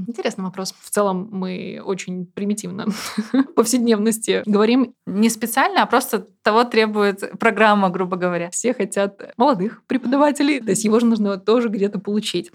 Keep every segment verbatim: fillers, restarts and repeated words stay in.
Интересный вопрос. В целом мы очень примитивно в повседневности говорим. Не специально, а просто того требует программа, грубо говоря. Все хотят молодых преподавателей, то есть его же нужно тоже где-то получить.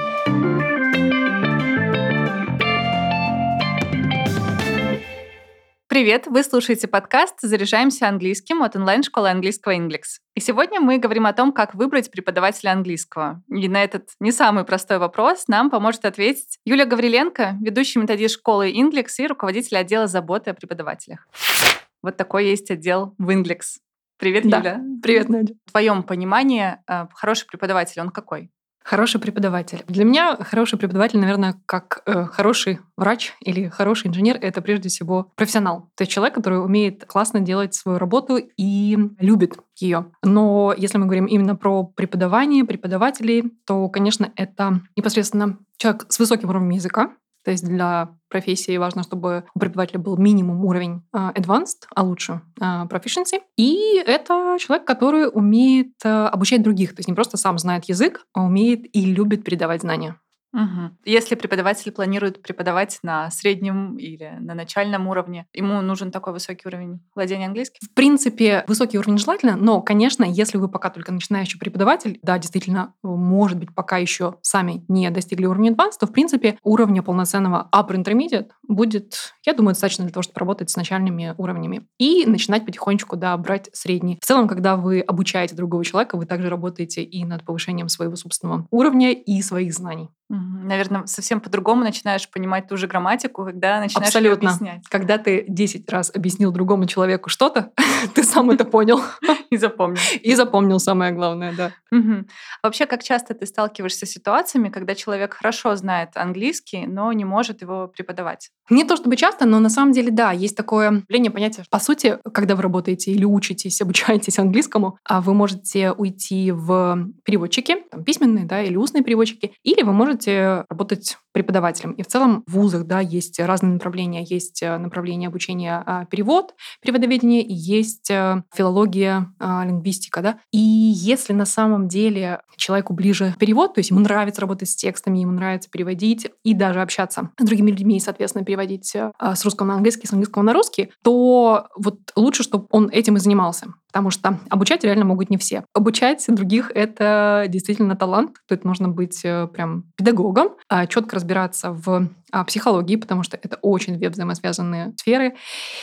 Привет! Вы слушаете подкаст «Заряжаемся английским» от онлайн-школы английского Inglix. И сегодня мы говорим о том, как выбрать преподавателя английского. И на этот не самый простой вопрос нам поможет ответить Юлия Гавриленко, ведущий методист школы Inglix и руководитель отдела заботы о преподавателях. Вот такой есть отдел в Inglix. Привет, Да. Юля. Привет, Надя. В твоем понимании хороший преподаватель, он какой? Хороший преподаватель. Для меня хороший преподаватель, наверное, как э, хороший врач или хороший инженер, это прежде всего профессионал. То есть человек, который умеет классно делать свою работу и любит ее. Но если мы говорим именно про преподавание, преподавателей, то, конечно, это непосредственно человек с высоким уровнем языка. То есть для профессии важно, чтобы у преподавателя был минимум уровень uh, advanced, а лучше uh, proficiency. И это человек, который умеет uh, обучать других. То есть не просто сам знает язык, а умеет и любит передавать знания. Угу. Если преподаватель планирует преподавать на среднем или на начальном уровне, ему нужен такой высокий уровень владения английским? В принципе, высокий уровень желательно, но, конечно, если вы пока только начинающий преподаватель, да, действительно, может быть, пока еще сами не достигли уровня advanced, то, в принципе, уровня полноценного upper intermediate будет, я думаю, достаточно для того, чтобы работать с начальными уровнями и начинать потихонечку, да, брать средний. В целом, когда вы обучаете другого человека, вы также работаете и над повышением своего собственного уровня и своих знаний. Наверное, совсем по-другому начинаешь понимать ту же грамматику, когда начинаешь Абсолютно. её объяснять. Когда ты десять раз объяснил другому человеку что-то, ты сам это понял. И запомнил. И запомнил, самое главное, да. Угу. Вообще, как часто ты сталкиваешься с ситуациями, когда человек хорошо знает английский, но не может его преподавать? Не то чтобы часто, но на самом деле, да, есть такое явление, понятие. По сути, когда вы работаете или учитесь, обучаетесь английскому, вы можете уйти в переводчики, там, письменные, да, или устные переводчики, или вы можете работать преподавателем. И в целом в вузах, да, есть разные направления. Есть направление обучения перевод, переводоведение, и есть филология, лингвистика, да. И если на самом деле человеку ближе перевод, то есть ему нравится работать с текстами, ему нравится переводить и даже общаться с другими людьми, соответственно, переводить с русского на английский, с английского на русский, то вот лучше, чтобы он этим и занимался. Потому что обучать реально могут не все. Обучать других — это действительно талант. Тут нужно быть прям педагогом, четко разбираться в психологии, потому что это очень две взаимосвязанные сферы.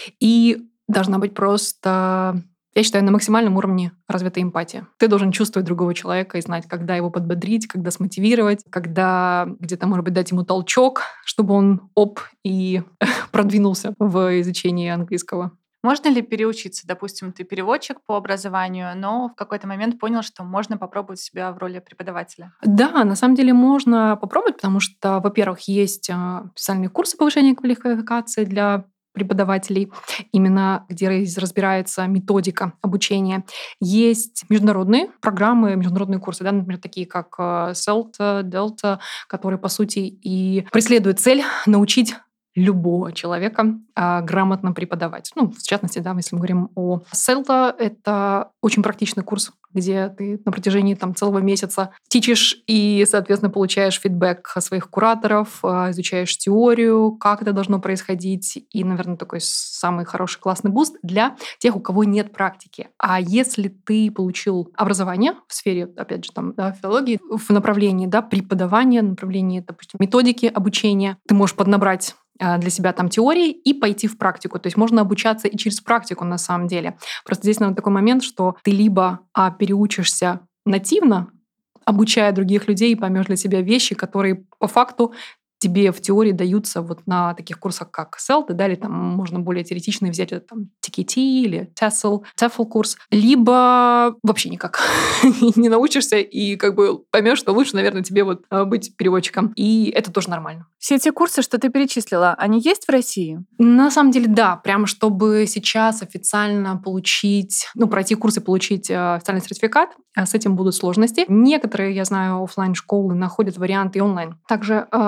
И должна быть просто, я считаю, на максимальном уровне развита эмпатия. Ты должен чувствовать другого человека и знать, когда его подбодрить, когда смотивировать, когда где-то, может быть, дать ему толчок, чтобы он оп и продвинулся в изучении английского. Можно ли переучиться? Допустим, ты переводчик по образованию, но в какой-то момент понял, что можно попробовать себя в роли преподавателя. Да, на самом деле можно попробовать, потому что, во-первых, есть специальные курсы повышения квалификации для преподавателей, именно где разбирается методика обучения. Есть международные программы, международные курсы, да, например, такие как селта, Delta, которые, по сути, и преследуют цель научить любого человека а, грамотно преподавать. Ну, в частности, да, если мы говорим о селта, это очень практичный курс, где ты на протяжении там, целого месяца тичешь и, соответственно, получаешь фидбэк своих кураторов, изучаешь теорию, как это должно происходить, и, наверное, такой самый хороший классный буст для тех, у кого нет практики. А если ты получил образование в сфере, опять же, там, да, филологии, в направлении да, преподавания, направлении, допустим, методики обучения, ты можешь поднабрать для себя там теории и пойти в практику. То есть можно обучаться и через практику на самом деле. Просто здесь, наверное, такой момент, что ты либо а, переучишься нативно, обучая других людей, и поймешь для себя вещи, которые по факту тебе в теории даются вот на таких курсах, как селта, да, или там можно более теоретично взять это там ти кей ти или TESOL, TEFL курс, либо вообще никак не научишься и как бы поймешь, что лучше, наверное, тебе вот быть переводчиком. И это тоже нормально. Все эти курсы, что ты перечислила, они есть в России? На самом деле, да. Прямо чтобы сейчас официально получить, ну, пройти курс и получить официальный сертификат, с этим будут сложности. Некоторые, я знаю, офлайн-школы находят варианты и онлайн. Также вариант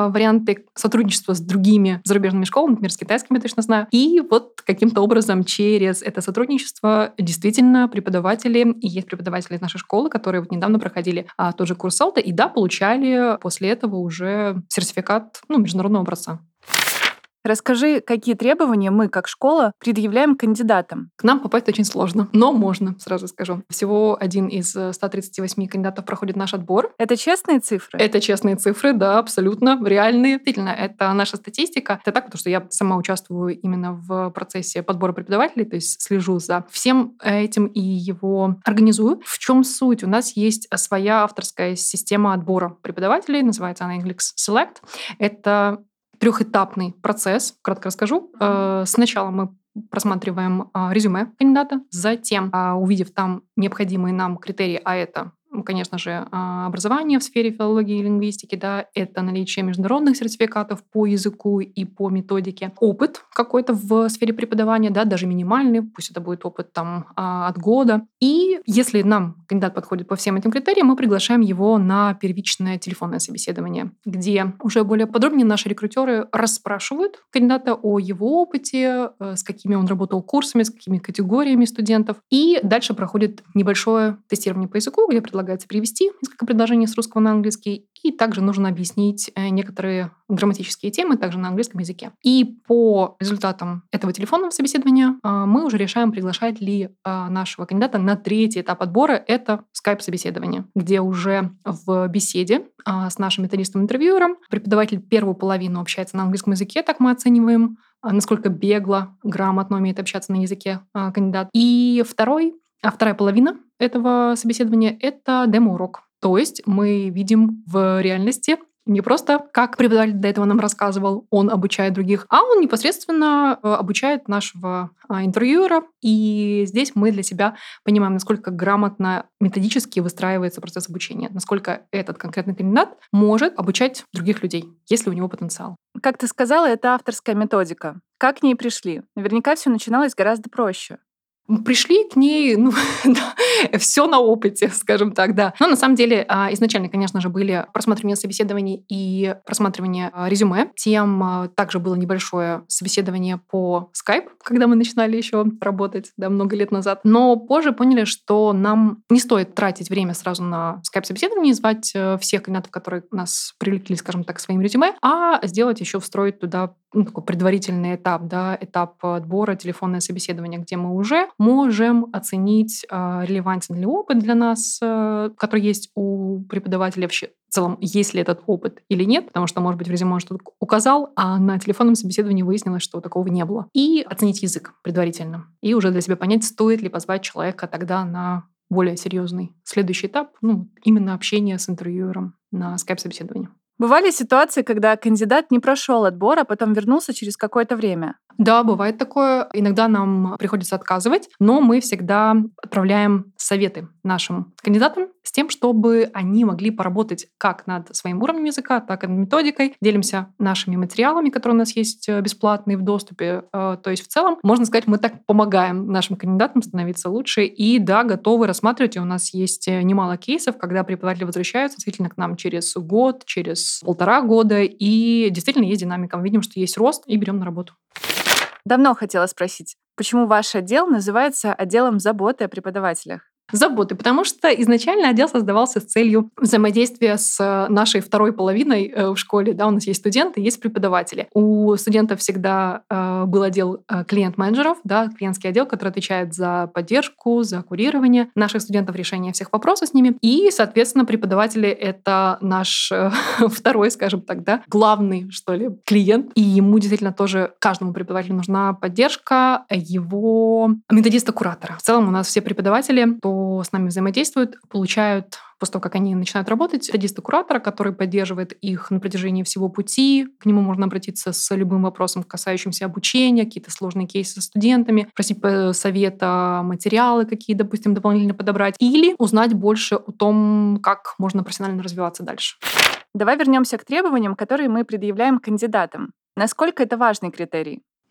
инструменты сотрудничества с другими зарубежными школами, например, с китайскими, я точно знаю. И вот каким-то образом через это сотрудничество действительно преподаватели, и есть преподаватели из нашей школы, которые вот недавно проходили а, тот же курс селта, и да, получали после этого уже сертификат ну, международного образца. Расскажи, какие требования мы, как школа, предъявляем кандидатам? К нам попасть очень сложно, но можно, сразу скажу. Всего один из ста тридцати восьми кандидатов проходит наш отбор. Это честные цифры? Это честные цифры, да, абсолютно реальные. Действительно, это наша статистика. Это так, потому что я сама участвую именно в процессе подбора преподавателей, то есть слежу за всем этим и его организую. В чем суть? У нас есть своя авторская система отбора преподавателей, называется она Inglix Select. Это трехэтапный процесс, кратко расскажу. Сначала мы просматриваем резюме кандидата, затем, увидев там необходимые нам критерии, а это конечно же, образование в сфере филологии и лингвистики, да, это наличие международных сертификатов по языку и по методике, опыт какой-то в сфере преподавания, да, даже минимальный, пусть это будет опыт там от года. И если нам кандидат подходит по всем этим критериям, мы приглашаем его на первичное телефонное собеседование, где уже более подробнее наши рекрутеры расспрашивают кандидата о его опыте, с какими он работал курсами, с какими категориями студентов. И дальше проходит небольшое тестирование по языку, где предлагается перевести несколько предложений с русского на английский, и также нужно объяснить некоторые грамматические темы также на английском языке. И по результатам этого телефонного собеседования мы уже решаем, приглашать ли нашего кандидата на третий этап отбора. Это скайп-собеседование, где уже в беседе с нашим методистом-интервьюером преподаватель первую половину общается на английском языке, так мы оцениваем, насколько бегло, грамотно умеет общаться на языке кандидат. И второй А вторая половина этого собеседования — это демо-урок. То есть мы видим в реальности не просто, как преподаватель до этого нам рассказывал, он обучает других, а он непосредственно обучает нашего интервьюера. И здесь мы для себя понимаем, насколько грамотно методически выстраивается процесс обучения, насколько этот конкретный кандидат может обучать других людей, если у него потенциал. Как ты сказала, это авторская методика. Как к ней пришли? Наверняка все начиналось гораздо проще. Пришли к ней, ну, все на опыте, скажем так, да. Но на самом деле изначально, конечно же, были просматривание собеседований и просматривание резюме. Тем также было небольшое собеседование по Skype, когда мы начинали еще работать, да, много лет назад. Но позже поняли, что нам не стоит тратить время сразу на Skype-собеседование и звать всех кандидатов, которые нас привлекли, скажем так, своим резюме, а сделать еще, встроить туда ну, такой предварительный этап, да, этап отбора, телефонное собеседование, где мы уже можем оценить, релевантен ли опыт для нас, который есть у преподавателя вообще. В целом, есть ли этот опыт или нет, потому что, может быть, в резюме он что-то указал, а на телефонном собеседовании выяснилось, что такого не было. И оценить язык предварительно. И уже для себя понять, стоит ли позвать человека тогда на более серьезный следующий этап, ну, именно общение с интервьюером на скайп-собеседовании. Бывали ситуации, когда кандидат не прошел отбор, а потом вернулся через какое-то время? Да, бывает такое. Иногда нам приходится отказывать, но мы всегда отправляем советы нашим кандидатам с тем, чтобы они могли поработать как над своим уровнем языка, так и над методикой. Делимся нашими материалами, которые у нас есть бесплатные в доступе. То есть в целом, можно сказать, мы так помогаем нашим кандидатам становиться лучше. И да, готовы рассматривать. И у нас есть немало кейсов, когда преподаватели возвращаются действительно к нам через год, через полтора года. И действительно есть динамика. Мы видим, что есть рост, и берем на работу. Давно хотела спросить, почему ваш отдел называется отделом заботы о преподавателях? Заботы, потому что изначально отдел создавался с целью взаимодействия с нашей второй половиной в школе. Да, у нас есть студенты, есть преподаватели. У студентов всегда э, был отдел э, клиент-менеджеров, да, клиентский отдел, который отвечает за поддержку, за курирование наших студентов, решение всех вопросов с ними. И, соответственно, преподаватели — это наш э, второй, скажем так, да, главный, что ли, клиент. И ему действительно тоже, каждому преподавателю нужна поддержка его методиста-куратора. В целом у нас все преподаватели, кто с нами взаимодействуют, получают, после того, как они начинают работать, методиста-куратора, который поддерживает их на протяжении всего пути. К нему можно обратиться с любым вопросом, касающимся обучения, какие-то сложные кейсы со студентами, просить совета, материалы какие, допустим, дополнительно подобрать, или узнать больше о том, как можно профессионально развиваться дальше. Давай вернемся к требованиям, которые мы предъявляем кандидатам. Насколько это важный критерий?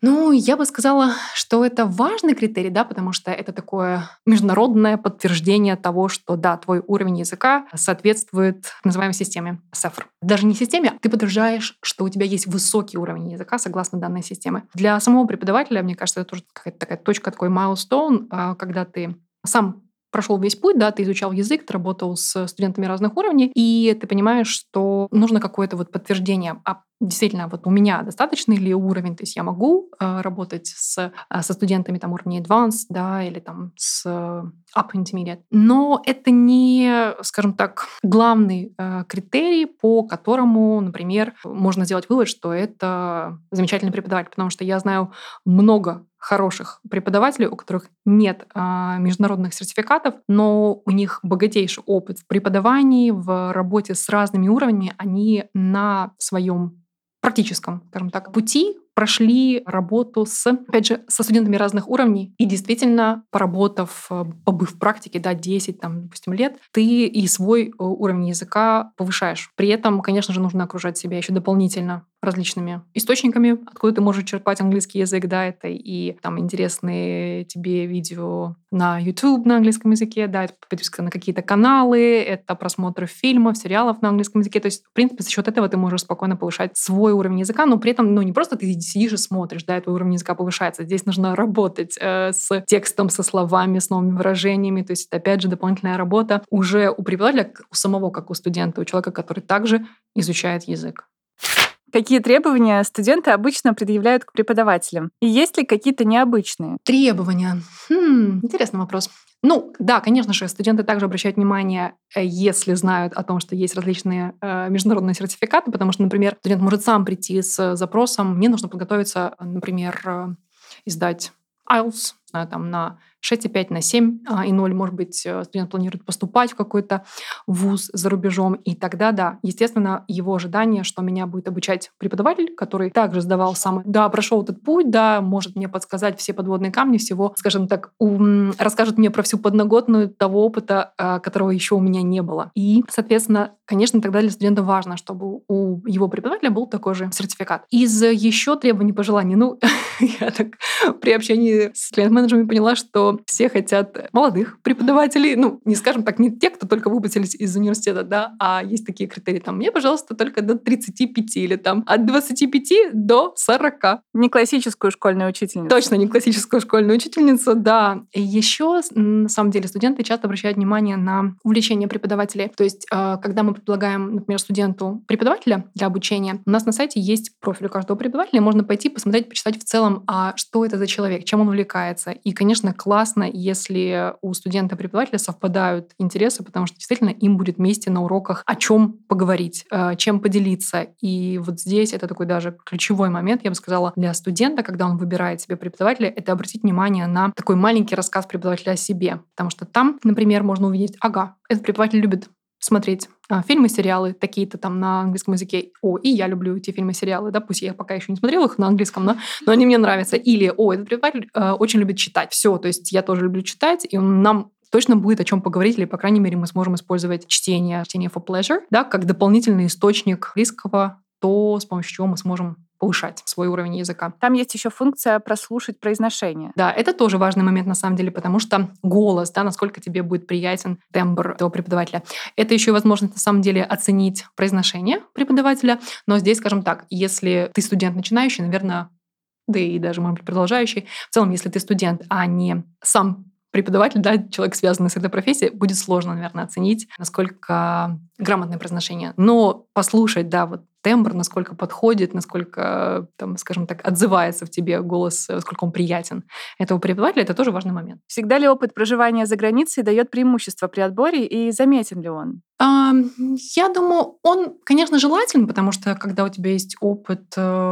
Ну, я бы сказала, что это важный критерий, да, потому что это такое международное подтверждение того, что да, твой уровень языка соответствует так называемой системе сефр. Даже не системе, а ты подтверждаешь, что у тебя есть высокий уровень языка согласно данной системе. Для самого преподавателя, мне кажется, это тоже какая-то такая точка, такой milestone, а, когда ты сам прошел весь путь, да, ты изучал язык, ты работал с студентами разных уровней, и ты понимаешь, что нужно какое-то вот подтверждение. А действительно, вот у меня достаточный ли уровень, то есть я могу э, работать с, э, со студентами там уровня advanced, да, или там с э, upper intermediate. Но это не, скажем так, главный э, критерий, по которому, например, можно сделать вывод, что это замечательный преподаватель, потому что я знаю много хороших преподавателей, у которых нет а, международных сертификатов, но у них богатейший опыт в преподавании, в работе с разными уровнями. Они на своем практическом, скажем так, пути прошли работу с, опять же, со студентами разных уровней. И действительно, поработав, побыв в практике, да, десять, там, допустим, лет, ты и свой уровень языка повышаешь. При этом, конечно же, нужно окружать себя еще дополнительно различными источниками, откуда ты можешь черпать английский язык, да, это и там интересные тебе видео на YouTube на английском языке, да, это подписка на какие-то каналы, это просмотр фильмов, сериалов на английском языке. То есть, в принципе, за счет этого ты можешь спокойно повышать свой уровень языка, но при этом, ну, не просто ты сидишь и смотришь, да, и твой уровень языка повышается. Здесь нужно работать э, с текстом, со словами, с новыми выражениями. То есть это, опять же, дополнительная работа уже у преподавателя, у самого, как у студента, у человека, который также изучает язык. Какие требования студенты обычно предъявляют к преподавателям? И есть ли какие-то необычные? Требования. Хм, интересный вопрос. Ну, да, конечно же, студенты также обращают внимание, если знают о том, что есть различные э, международные сертификаты, потому что, например, студент может сам прийти с запросом, мне нужно подготовиться, например, э, издать айлтс, не знаю, там, на шесть и пять, на семь и ноль, может быть, студент планирует поступать в какой-то вуз за рубежом, и тогда, да, естественно, его ожидание, что меня будет обучать преподаватель, который также сдавал сам, да, прошел этот путь, да, может мне подсказать все подводные камни всего, скажем так, ум, расскажет мне про всю подноготную того опыта, которого еще у меня не было. И, соответственно, конечно, тогда для студента важно, чтобы у его преподавателя был такой же сертификат. Из еще требований, пожеланий, ну, я так при общении с клиент-менеджерами поняла, что все хотят молодых преподавателей, ну, не скажем так, не те, кто только выпустились из университета, да, а есть такие критерии, там, мне, пожалуйста, только до тридцати пяти или там от двадцати пяти до сорока. Не классическую школьную учительницу. Точно, не классическую школьную учительницу, да. И еще, на самом деле, студенты часто обращают внимание на увлечение преподавателей. То есть, когда мы предлагаем, например, студенту преподавателя для обучения, у нас на сайте есть профиль у каждого преподавателя, можно пойти, посмотреть, почитать в целом, а что это за человек, чем он увлекается. И, конечно, классно, если у студента-преподавателя совпадают интересы, потому что действительно им будет вместе на уроках о чем поговорить, чем поделиться. И вот здесь это такой даже ключевой момент, я бы сказала, для студента, когда он выбирает себе преподавателя, это обратить внимание на такой маленький рассказ преподавателя о себе. Потому что там, например, можно увидеть, ага, этот преподаватель любит смотреть а, фильмы, сериалы, такие-то там на английском языке. О, и я люблю эти фильмы, сериалы, да, пусть я пока еще не смотрела их на английском, но, но они мне нравятся. Или, о, этот преподаватель э, очень любит читать. Все, то есть я тоже люблю читать, и он нам точно будет о чем поговорить, или, по крайней мере, мы сможем использовать чтение, чтение for pleasure, да, как дополнительный источник английского, то, с помощью чего мы сможем повышать свой уровень языка. Там есть еще функция прослушать произношение. Да, это тоже важный момент на самом деле, потому что голос, да, насколько тебе будет приятен тембр этого преподавателя. Это еще и возможность на самом деле оценить произношение преподавателя. Но здесь, скажем так, если ты студент начинающий, наверное, да и даже, может быть, продолжающий, в целом, если ты студент, а не сам преподаватель, да, человек, связанный с этой профессией, будет сложно, наверное, оценить, насколько грамотное произношение. Но послушать, да, вот тембр, насколько подходит, насколько, там, скажем так, отзывается в тебе голос, насколько он приятен этого преподавателя, это тоже важный момент. Всегда ли опыт проживания за границей дает преимущество при отборе, и заметен ли он? А, я думаю, он, конечно, желателен, потому что когда у тебя есть опыт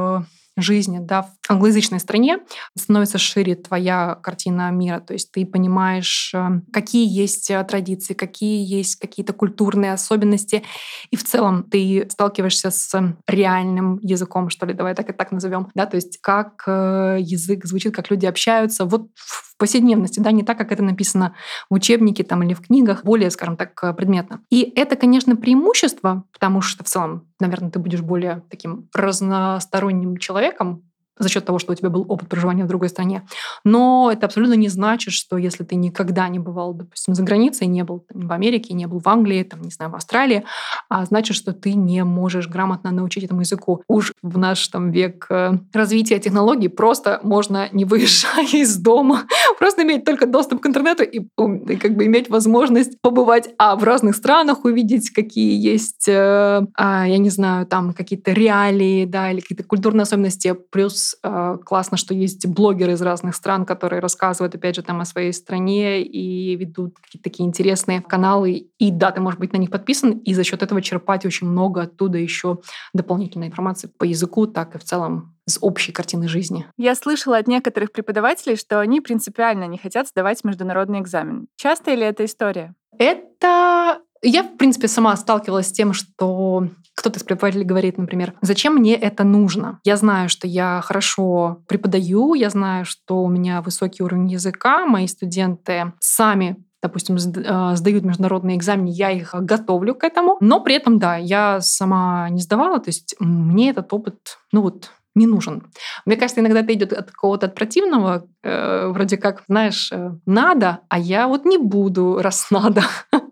жизни, да, в англоязычной стране, становится шире твоя картина мира. То есть ты понимаешь, какие есть традиции, какие есть какие-то культурные особенности. И в целом ты сталкиваешься с реальным языком, что ли, давай так и так назовем. Да? То есть как язык звучит, как люди общаются. Вот в повседневности, да, не так, как это написано в учебнике там, или в книгах, более, скажем так, предметно. И это, конечно, преимущество, потому что в целом, наверное, ты будешь более таким разносторонним человеком, за счет того, что у тебя был опыт проживания в другой стране. Но это абсолютно не значит, что если ты никогда не бывал, допустим, за границей, не был там, в Америке, не был в Англии, там, не знаю, в Австралии, а значит, что ты не можешь грамотно научить этому языку. Уж в наш там, век развития технологий просто можно, не выезжая из дома, просто иметь только доступ к интернету и, и как бы иметь возможность побывать а, в разных странах, увидеть, какие есть, э, а, я не знаю, там какие-то реалии, да, или какие-то культурные особенности. Плюс э, классно, что есть блогеры из разных стран, которые рассказывают, опять же, там о своей стране и ведут какие-то такие интересные каналы. И да, ты, можешь быть, на них подписан, и за счет этого черпать очень много оттуда еще дополнительной информации по языку, так и в целом с общей картины жизни. Я слышала от некоторых преподавателей, что они принципиально не хотят сдавать международный экзамен. Часто ли эта история? Это... Я, в принципе, сама сталкивалась с тем, что кто-то из преподавателей говорит, например, зачем мне это нужно? Я знаю, что я хорошо преподаю, я знаю, что у меня высокий уровень языка, мои студенты сами допустим, сдают международные экзамены, я их готовлю к этому, но при этом, да, я сама не сдавала, то есть мне этот опыт, ну вот, не нужен. Мне кажется, иногда это идет от какого-то от противного, э, вроде как, знаешь, э, надо, а я вот не буду, раз надо.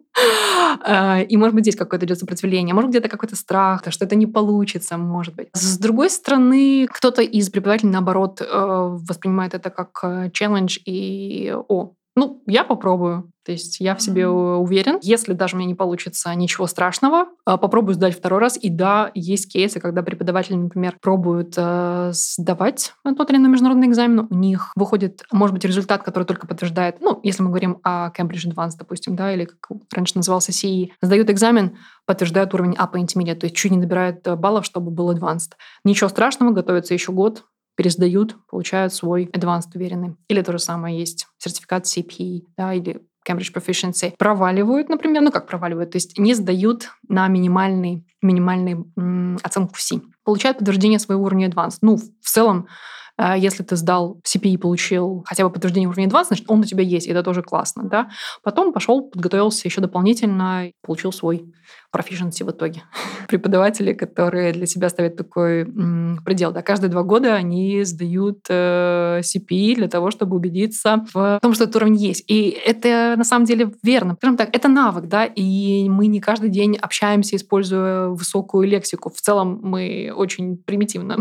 И, может быть, здесь какое-то идет сопротивление, может, где-то какой-то страх, что это не получится, может быть. С другой стороны, кто-то из преподавателей, наоборот, воспринимает это как челлендж и «О, ну, я попробую». То есть я в себе уверен. Если даже у меня не получится, ничего страшного, попробую сдать второй раз. И да, есть кейсы, когда преподаватели, например, пробуют э, сдавать тот или иной международный экзамен, у них выходит, может быть, результат, который только подтверждает, ну, если мы говорим о Cambridge Advanced, допустим, да, или как раньше назывался си и, сдают экзамен, подтверждают уровень Upper Intermediate, то есть чуть не набирают баллов, чтобы был Advanced. Ничего страшного, готовятся еще год, пересдают, получают свой Advanced уверенный. Или то же самое есть сертификат си пи и, да, или Cambridge Proficiency. Проваливают, например, ну как проваливают, то есть не сдают на минимальный, минимальный м, оценку си. Получают подтверждение своего уровня Advanced. Ну, в целом, э, если ты сдал си пи и, получил хотя бы подтверждение уровня Advanced, значит, он у тебя есть, и это тоже классно, да. Потом пошел, подготовился еще дополнительно, получил свой proficiency в итоге. Преподаватели, которые для себя ставят такой м, предел. Да, каждые два года они сдают э, си пи и для того, чтобы убедиться в том, что этот уровень есть. И это на самом деле верно. Скажем так, это навык, да, и мы не каждый день общаемся, используя высокую лексику. В целом мы очень примитивно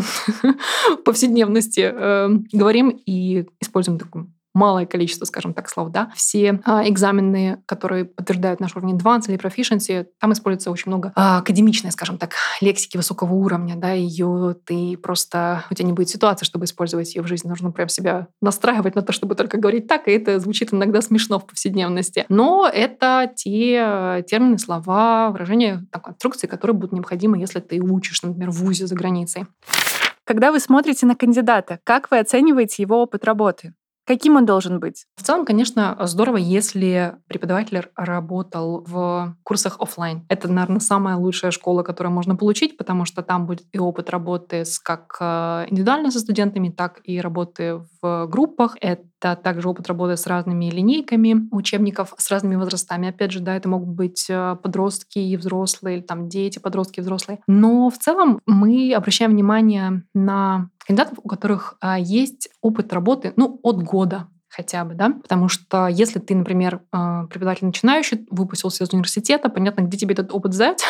в повседневности э, говорим и используем такую малое количество, скажем так, слов, да. Все а, экзамены, которые подтверждают наш уровень Advanced или Proficiency, там используется очень много а, академичной, скажем так, лексики высокого уровня, да, ее ты просто... У тебя не будет ситуации, чтобы использовать ее в жизни. Нужно прям себя настраивать на то, чтобы только говорить так, и это звучит иногда смешно в повседневности. Но это те термины, слова, выражения, так, конструкции, которые будут необходимы, если ты учишь, например, в вузе за границей. Когда вы смотрите на кандидата, как вы оцениваете его опыт работы? Каким он должен быть? В целом, конечно, здорово, если преподаватель работал в курсах офлайн. Это, наверное, самая лучшая школа, которую можно получить, потому что там будет и опыт работы с, как индивидуально со студентами, так и работы в группах. Это также опыт работы с разными линейками учебников, с разными возрастами. Опять же, да, это могут быть подростки и взрослые, или там дети, подростки, взрослые. Но в целом мы обращаем внимание на кандидатов, у которых а, есть опыт работы, ну, от года хотя бы, да, потому что если ты, например, преподаватель начинающий, выпустился из университета, понятно, где тебе этот опыт взять,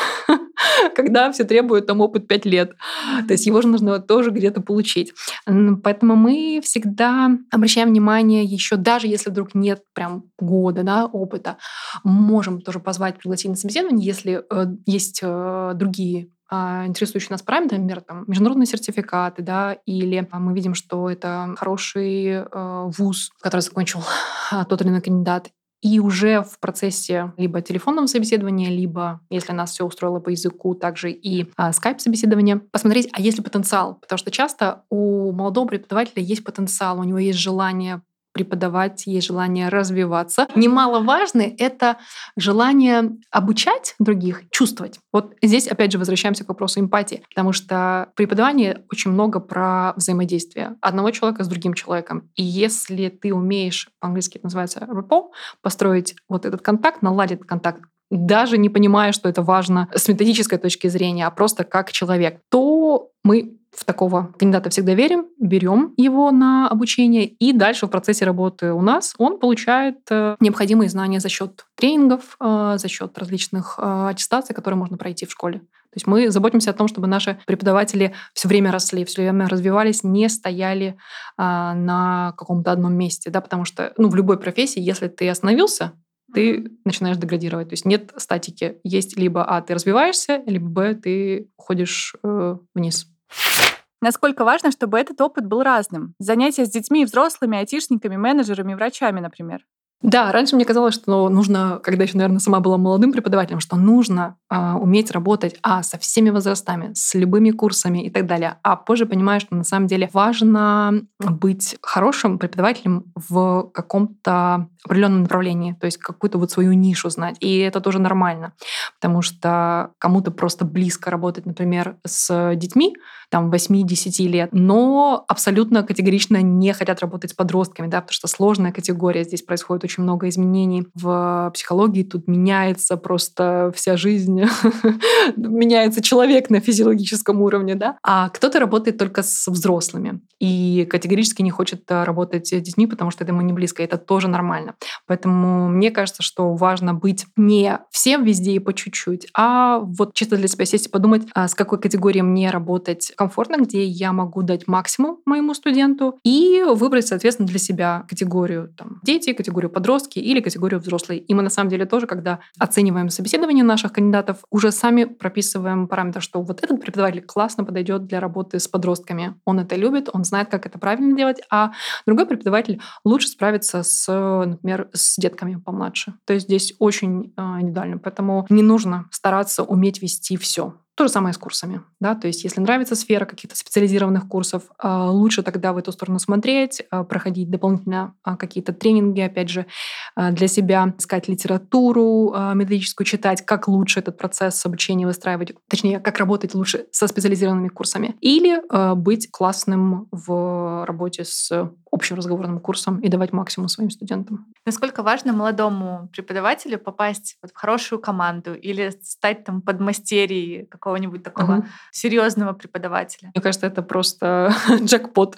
когда все требуют там опыт пять лет. То есть его же нужно тоже где-то получить. Поэтому мы всегда обращаем внимание еще, даже если вдруг нет прям года, да, опыта, можем тоже позвать, пригласить на собеседование, если э, есть э, другие интересующие нас параметры, например, там, международные сертификаты, да, или мы видим, что это хороший э, вуз, который закончил тот или иной кандидат, и уже в процессе либо телефонного собеседования, либо, если нас все устроило по языку, также и а, скайп-собеседование, посмотреть, а есть ли потенциал. Потому что часто у молодого преподавателя есть потенциал, у него есть желание преподавать, есть желание развиваться. Немаловажно — это желание обучать других, чувствовать. Вот здесь, опять же, возвращаемся к вопросу эмпатии, потому что преподавание очень много про взаимодействие одного человека с другим человеком. И если ты умеешь, по-английски это называется rapport, построить вот этот контакт, наладить контакт, даже не понимая, что это важно с методической точки зрения, а просто как человек, то то мы в такого кандидата всегда верим, берем его на обучение, и дальше в процессе работы у нас он получает необходимые знания за счет тренингов, за счет различных аттестаций, которые можно пройти в школе. То есть мы заботимся о том, чтобы наши преподаватели все время росли, все время развивались, не стояли на каком-то одном месте, да, потому что ну, в любой профессии, если ты остановился, ты начинаешь деградировать. То есть нет статики. Есть либо А, ты развиваешься, либо Б, ты уходишь э, вниз. Насколько важно, чтобы этот опыт был разным? Занятия с детьми и взрослыми, айтишниками, менеджерами, врачами, например. Да, раньше мне казалось, что нужно, когда еще, наверное, сама была молодым преподавателем, что нужно э, уметь работать а, со всеми возрастами, с любыми курсами и так далее. А позже понимаю, что на самом деле важно быть хорошим преподавателем в каком-то определенном направлении, то есть какую-то вот свою нишу знать. И это тоже нормально, потому что кому-то просто близко работать, например, с детьми, там, восемь-десять лет, но абсолютно категорично не хотят работать с подростками, да, потому что сложная категория, здесь происходит очень много изменений в психологии, тут меняется просто вся жизнь, меняется человек на физиологическом уровне, да, а кто-то работает только с взрослыми и категорически не хочет работать с детьми, потому что это ему не близко, это тоже нормально. Поэтому мне кажется, что важно быть не всем везде и по чуть-чуть, а вот чисто для себя сесть и подумать, с какой категорией мне работать комфортно, где я могу дать максимум моему студенту, и выбрать, соответственно, для себя категорию там, дети, категорию подростки или категорию взрослые. И мы на самом деле тоже, когда оцениваем собеседование наших кандидатов, уже сами прописываем параметр, что вот этот преподаватель классно подойдет для работы с подростками. Он это любит, он знает, как это правильно делать, а другой преподаватель лучше справится с, например, с детками помладше. То есть здесь очень э, индивидуально. Поэтому не нужно стараться уметь вести все. То же самое с курсами. Да? То есть если нравится сфера каких-то специализированных курсов, лучше тогда в эту сторону смотреть, проходить дополнительно какие-то тренинги, опять же, для себя, искать литературу методическую, читать, как лучше этот процесс обучения выстраивать, точнее, как работать лучше со специализированными курсами. Или быть классным в работе с общим разговорным курсом и давать максимум своим студентам. Насколько важно молодому преподавателю попасть вот в хорошую команду или стать там подмастерьей какого-нибудь такого uh-huh. серьезного преподавателя? Мне кажется, это просто джекпот.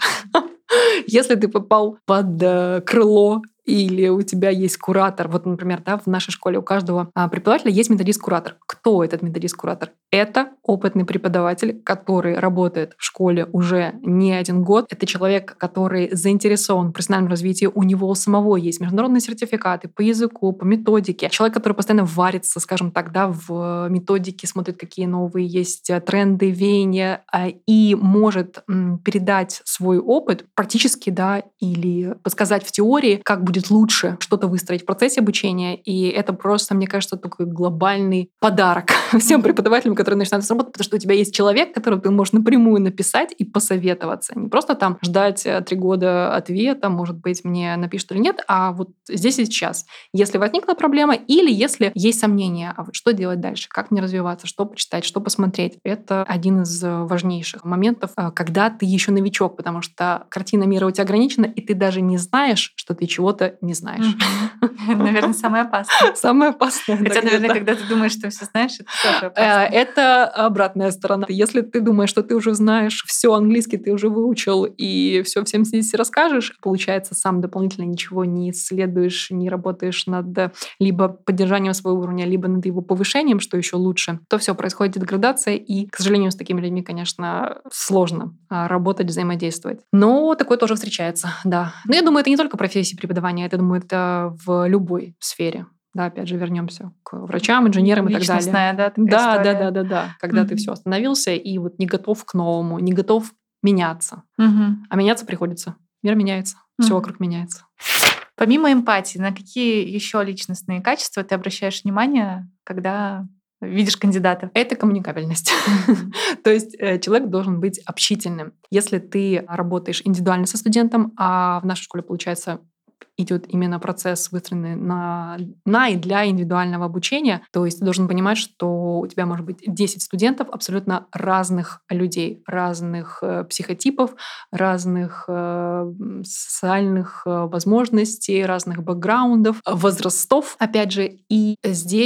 Если ты попал под крыло или у тебя есть куратор. Вот, например, да, в нашей школе у каждого преподавателя есть методист-куратор. Кто этот методист-куратор? Это опытный преподаватель, который работает в школе уже не один год. Это человек, который заинтересован в профессиональном развитии. У него у самого есть международные сертификаты по языку, по методике. Человек, который постоянно варится, скажем так, да, в методике, смотрит, какие новые есть тренды, веяния, и может передать свой опыт практически, да, или подсказать в теории, как будет лучше что-то выстроить в процессе обучения. И это просто, мне кажется, такой глобальный подарок всем преподавателям, которые начинают работать, потому что у тебя есть человек, которому ты можешь напрямую написать и посоветоваться. Не просто там ждать три года ответа, может быть, мне напишут или нет, а вот здесь и сейчас. Если возникла проблема или если есть сомнения, а вот что делать дальше, как мне развиваться, что почитать, что посмотреть. Это один из важнейших моментов, когда ты еще новичок, потому что картина мира у тебя ограничена, и ты даже не знаешь, что ты чего-то не знаешь. Наверное, самое опасное. Самое опасное. Хотя, наверное, когда ты думаешь, что все знаешь, это тоже опасно. Это обратная сторона. Если ты думаешь, что ты уже знаешь все английский, ты уже выучил и все всем здесь расскажешь, получается, сам дополнительно ничего не исследуешь, не работаешь над либо поддержанием своего уровня, либо над его повышением, что еще лучше, то все происходит деградация, и, к сожалению, с такими людьми, конечно, сложно работать, взаимодействовать. Но такое тоже встречается, да. Но я думаю, это не только профессия преподавания, я думаю, это в любой сфере. Да, опять же, вернемся к врачам, инженерам и так далее. Личностная, да, такая да, история. да, да, да, да. Когда mm-hmm. ты все остановился и вот не готов к новому, не готов меняться. Mm-hmm. А меняться приходится. Мир меняется, mm-hmm. все вокруг меняется. Помимо эмпатии, на какие еще личностные качества ты обращаешь внимание, когда видишь кандидата? Это коммуникабельность. Mm-hmm. То есть человек должен быть общительным. Если ты работаешь индивидуально со студентом, а в нашей школе, получается, идет именно процесс, выстроенный на, на и для индивидуального обучения. То есть ты должен понимать, что у тебя может быть десять студентов абсолютно разных людей, разных э, психотипов, разных э, социальных э, возможностей, разных бэкграундов, возрастов, опять же. И здесь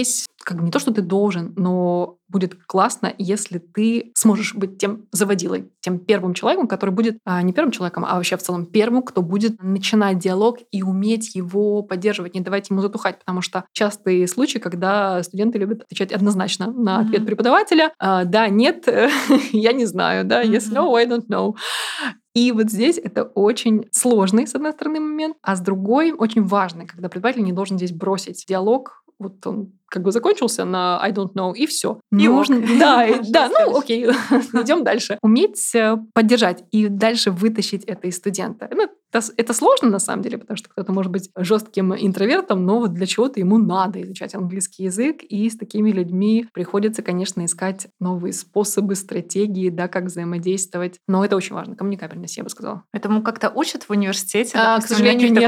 как бы не то, что ты должен, но будет классно, если ты сможешь быть тем заводилой, тем первым человеком, который будет а, не первым человеком, а вообще в целом первым, кто будет начинать диалог и уметь его поддерживать, не давать ему затухать, потому что частые случаи, когда студенты любят отвечать однозначно на ответ mm-hmm. преподавателя. А, да, нет, я не знаю, да, mm-hmm. yes, no, I don't know. И вот здесь это очень сложный, с одной стороны, момент, а с другой очень важный, когда преподаватель не должен здесь бросить диалог. Вот он как бы закончился на I don't know, и все. И нужно, ок. да, да, ну окей, идем дальше. Уметь поддержать и дальше вытащить это из студента. Ну, это, это сложно на самом деле, потому что кто-то может быть жестким интровертом, но вот для чего-то ему надо изучать английский язык, и с такими людьми приходится, конечно, искать новые способы, стратегии, да, как взаимодействовать. Но это очень важно. Коммуникабельность, я бы сказала. Этому как-то учат в университете? А, к сожалению, нет.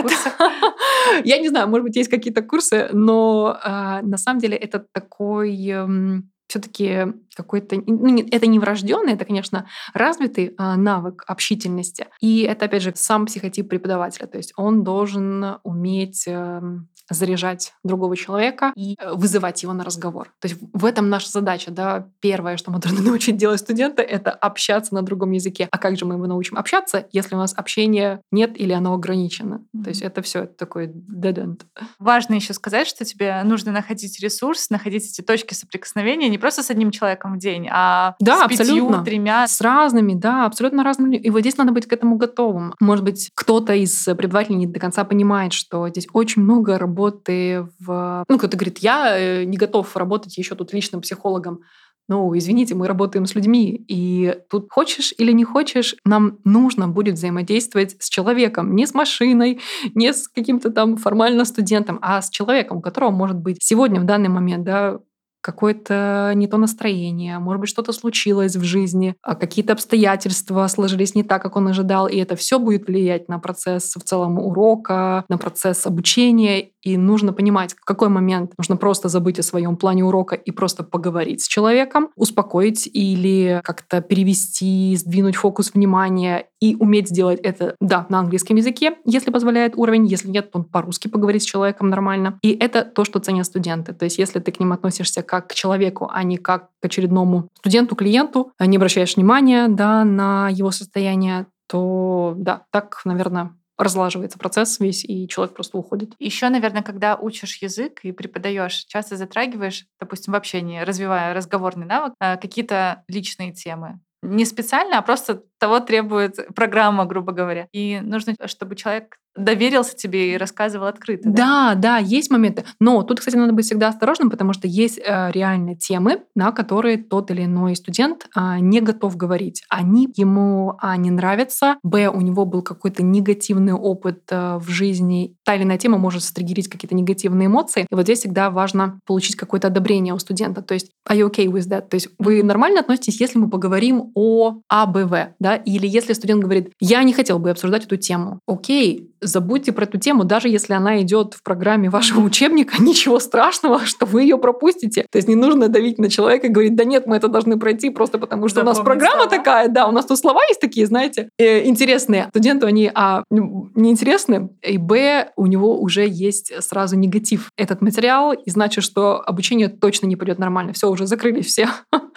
Я не знаю, может быть, есть какие-то курсы, но а, на самом деле это такой эм, все-таки какой-то, ну, это не врожденный, это, конечно, развитый а, навык общительности. И это, опять же, сам психотип преподавателя. То есть он должен уметь э, заряжать другого человека и вызывать его на разговор. То есть в этом наша задача. Да? Первое, что мы должны научить делать студента, это общаться на другом языке. А как же мы его научим общаться, если у нас общения нет или оно ограничено? Mm-hmm. То есть это все это такой dead end. Важно еще сказать, что тебе нужно находить ресурс, находить эти точки соприкосновения не просто с одним человеком в день, а да, с пятью, тремя. С разными, да, абсолютно разными. И вот здесь надо быть к этому готовым. Может быть, кто-то из преподавателей не до конца понимает, что здесь очень много работы в... Ну, кто-то говорит, я не готов работать еще тут личным психологом. Ну, извините, мы работаем с людьми, и тут хочешь или не хочешь, нам нужно будет взаимодействовать с человеком, не с машиной, не с каким-то там формально студентом, а с человеком, у которого может быть сегодня, в данный момент, да, какое-то не то настроение, может быть, что-то случилось в жизни, а какие-то обстоятельства сложились не так, как он ожидал, и это все будет влиять на процесс в целом урока, на процесс обучения, и нужно понимать, в какой момент нужно просто забыть о своем плане урока и просто поговорить с человеком, успокоить или как-то перевести, сдвинуть фокус внимания и уметь сделать это, да, на английском языке, если позволяет уровень, если нет, то по-русски поговорить с человеком нормально. И это то, что ценят студенты. То есть если ты к ним относишься как к человеку, а не как к очередному студенту, клиенту, не обращаешь внимания, да, на его состояние, то, да, так, наверное, разлаживается процесс весь, и человек просто уходит. Еще, наверное, когда учишь язык и преподаешь, часто затрагиваешь, допустим, в общении, развивая разговорный навык, какие-то личные темы. Не специально, а просто того требует программа, грубо говоря. И нужно, чтобы человек доверился тебе и рассказывал открыто. Да, да, да, есть моменты. Но тут, кстати, надо быть всегда осторожным, потому что есть э, реально темы, на которые тот или иной студент э, не готов говорить. Они ему а, не нравятся, б, у него был какой-то негативный опыт э, в жизни. Та или иная тема может стригерить какие-то негативные эмоции. И вот здесь всегда важно получить какое-то одобрение у студента. То есть, are you okay with that? То есть вы нормально относитесь, если мы поговорим о А, Б, В, да? Или если студент говорит, я не хотел бы обсуждать эту тему. Окей, забудьте про эту тему, даже если она идет в программе вашего учебника, ничего страшного, что вы ее пропустите. То есть не нужно давить на человека и говорить, да нет, мы это должны пройти просто потому, что Запомнить у нас программа слова. Такая, да, у нас тут слова есть такие, знаете, э, интересные. Студенту они, а, неинтересны, и, б, у него уже есть сразу негатив этот материал, и значит, что обучение точно не пойдет нормально. Все, уже закрыли все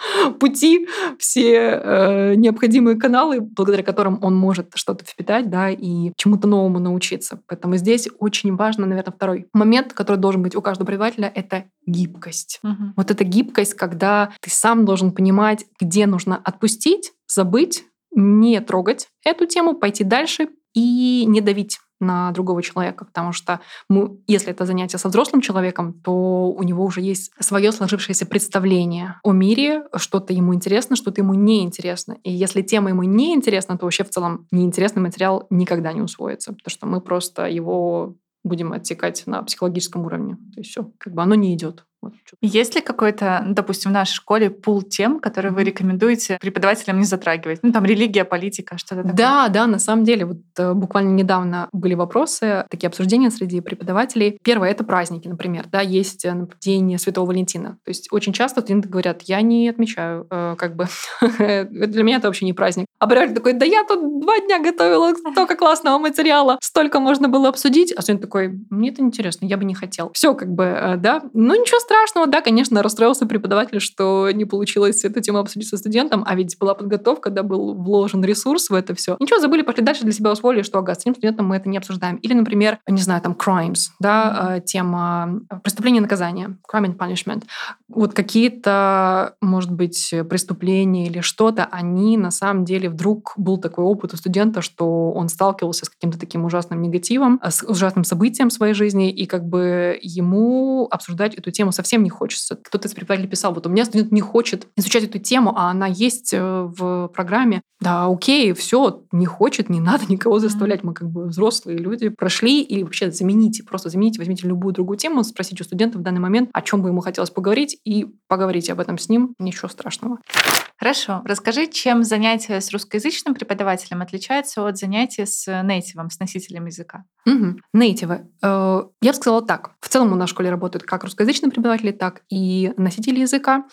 пути, все э, необходимые каналы, благодаря которым он может что-то впитать, да, и чему-то новому научиться. Поэтому здесь очень важно, наверное, второй момент, который должен быть у каждого преподавателя, это гибкость. Угу. Вот эта гибкость, когда ты сам должен понимать, где нужно отпустить, забыть, не трогать эту тему, пойти дальше и не давить на другого человека, потому что мы, если это занятие со взрослым человеком, то у него уже есть свое сложившееся представление о мире, что-то ему интересно, что-то ему неинтересно. И если тема ему неинтересна, то вообще в целом неинтересный материал никогда не усвоится, потому что мы просто его будем отсекать на психологическом уровне. То есть все, как бы оно не идет. Вот. Есть ли какой-то, допустим, в нашей школе пул тем, которые вы рекомендуете преподавателям не затрагивать? Ну, там, религия, политика, что-то такое. Да, да, на самом деле. Вот э, буквально недавно были вопросы, такие обсуждения среди преподавателей. Первое — это праздники, например. Да, есть День Святого Валентина. То есть очень часто студенты говорят, я не отмечаю, э, как бы, для меня это вообще не праздник. А преподаватель такой, да я тут два дня готовила столько классного материала, столько можно было обсудить. А студент такой, мне это неинтересно, я бы не хотел. Все, как бы, э, да. Ну, ничего страшного. страшного, да, конечно, расстроился преподаватель, что не получилось эту тему обсудить со студентом, а ведь была подготовка, да, был вложен ресурс в это все. Ничего, забыли, пошли дальше, для себя усвоили, что, ага, с этим студентом мы это не обсуждаем. Или, например, не знаю, там, crimes, да, mm-hmm. тема преступления и наказания, crime and punishment. Вот какие-то, может быть, преступления или что-то, они на самом деле вдруг был такой опыт у студента, что он сталкивался с каким-то таким ужасным негативом, с ужасным событием в своей жизни, и как бы ему обсуждать эту тему совсем не хочется. Кто-то из преподавателей писал, вот у меня студент не хочет изучать эту тему, а она есть в программе. Да, окей, все, не хочет, не надо никого заставлять. Мы как бы взрослые люди прошли, или вообще замените, просто замените, возьмите любую другую тему, спросите у студента в данный момент, о чем бы ему хотелось поговорить, и поговорите об этом с ним. Ничего страшного. Хорошо. Расскажи, чем занятие с русскоязычным преподавателем отличается от занятий с нейтивом, с носителем языка? Угу. Нейтивы. Я бы сказала так. В целом у нас в школе работают как русскоязычные преподаватели, так и носители языка.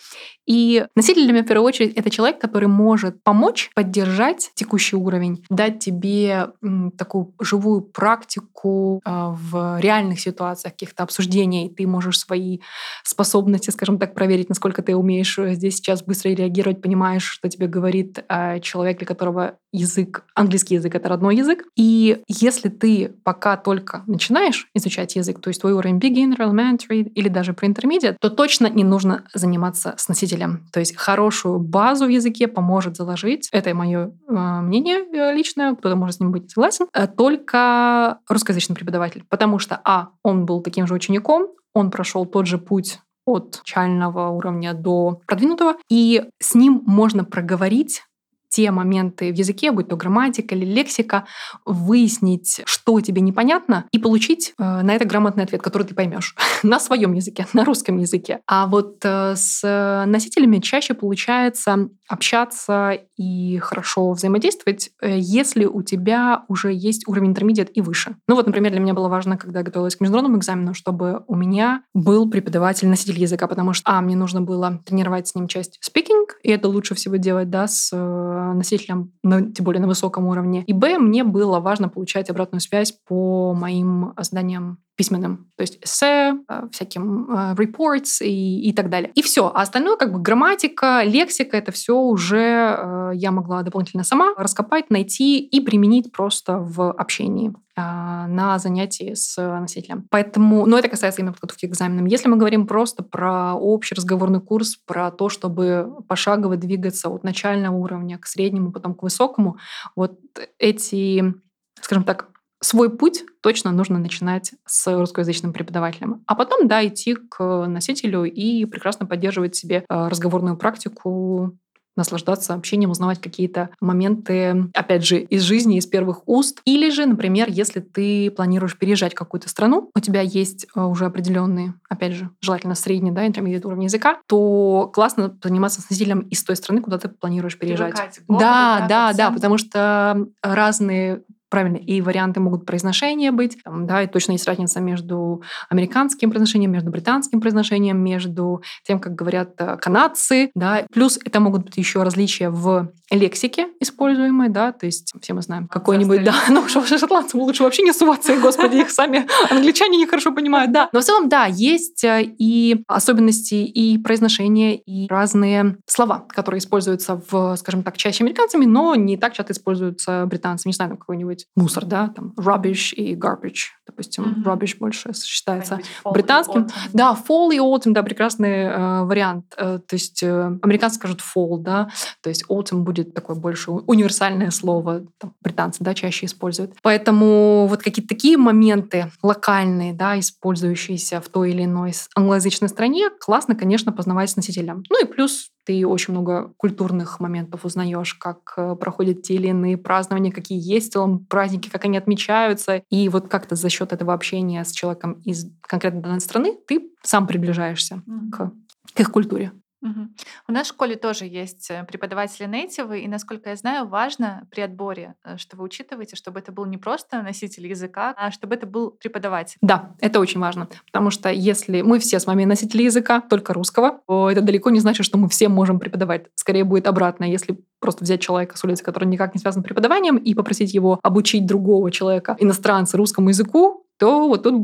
И носитель для меня в первую очередь это человек, который может помочь поддержать текущий уровень, дать тебе такую живую практику в реальных ситуациях, каких-то обсуждений. Ты можешь свои способности, скажем так, проверить, насколько ты умеешь здесь сейчас быстро реагировать, понимаешь, что тебе говорит человек, для которого язык, английский язык — это родной язык. И если ты пока только начинаешь изучать язык, то есть твой уровень beginner, elementary или даже pre-intermediate, то точно не нужно заниматься с носителем. То есть хорошую базу в языке поможет заложить, это мое э, мнение личное, кто-то может с ним быть согласен, только русскоязычный преподаватель. Потому что, а, он был таким же учеником, он прошел тот же путь от начального уровня до продвинутого, и с ним можно проговорить те моменты в языке, будь то грамматика или лексика, выяснить, что тебе непонятно, и получить э, на это грамотный ответ, который ты поймешь на своем языке, на русском языке. А вот э, с носителями чаще получается общаться и хорошо взаимодействовать, э, если у тебя уже есть уровень интермедиат и выше. Ну вот, например, для меня было важно, когда я готовилась к международному экзамену, чтобы у меня был преподаватель-носитель языка, потому что, а, мне нужно было тренировать с ним часть speaking, и это лучше всего делать, да, с носителем, но тем более на высоком уровне. И б, мне было важно получать обратную связь по моим заданиям письменным, то есть эссе, всяким reports и, и так далее. И все. А остальное, как бы грамматика, лексика, это все уже я могла дополнительно сама раскопать, найти и применить просто в общении на занятии с носителем. Поэтому, но это касается именно подготовки к экзаменам. Если мы говорим просто про общий разговорный курс, про то, чтобы пошагово двигаться от начального уровня к среднему, потом к высокому, вот эти, скажем так, свой путь точно нужно начинать с русскоязычным преподавателем. А потом, да, идти к носителю и прекрасно поддерживать себе разговорную практику, наслаждаться общением, узнавать какие-то моменты, опять же, из жизни, из первых уст. Или же, например, если ты планируешь переезжать в какую-то страну, у тебя есть уже определенные, опять же, желательно средний, да, интермедиат уровень языка, то классно заниматься с носителем из той страны, куда ты планируешь переезжать. Городу, да, да, да, да, потому что разные правильно, и варианты могут произношения быть, там, да, и точно есть разница между американским произношением, между британским произношением, между тем, как говорят канадцы, да, плюс это могут быть еще различия в лексике используемой, да, то есть все мы знаем какой-нибудь, да, ну, шотландцам лучше вообще не суваться, господи, их сами англичане нехорошо понимают, да. Но в целом, да, есть и особенности, и произношения, и разные слова, которые используются в, скажем так, чаще американцами, но не так часто используются британцами, не знаю, там какой-нибудь мусор, да, там rubbish и garbage, допустим, mm-hmm. rubbish больше считается британским. Да, fall и autumn, да, прекрасный э, вариант. Э, то есть э, американцы скажут fall, да, то есть autumn будет такое больше универсальное слово, там, британцы, да, чаще используют. Поэтому вот какие-то такие моменты локальные, да, использующиеся в той или иной англоязычной стране, классно, конечно, познавать с носителем. Ну и плюс ты очень много культурных моментов узнаешь, как проходят те или иные празднования, какие есть в целом праздники, как они отмечаются. И вот как-то за счет этого общения с человеком из конкретно данной страны ты сам приближаешься mm-hmm. к, к их культуре. Угу. У нас в школе тоже есть преподаватели нейтивы, и, насколько я знаю, важно при отборе, что вы учитываете, чтобы это был не просто носитель языка, а чтобы это был преподаватель. Да, это очень важно, потому что если мы все с вами носители языка, только русского, то это далеко не значит, что мы все можем преподавать. Скорее будет обратно, если просто взять человека с улицы, который никак не связан с преподаванием, и попросить его обучить другого человека, иностранца, русскому языку, то вот тут будет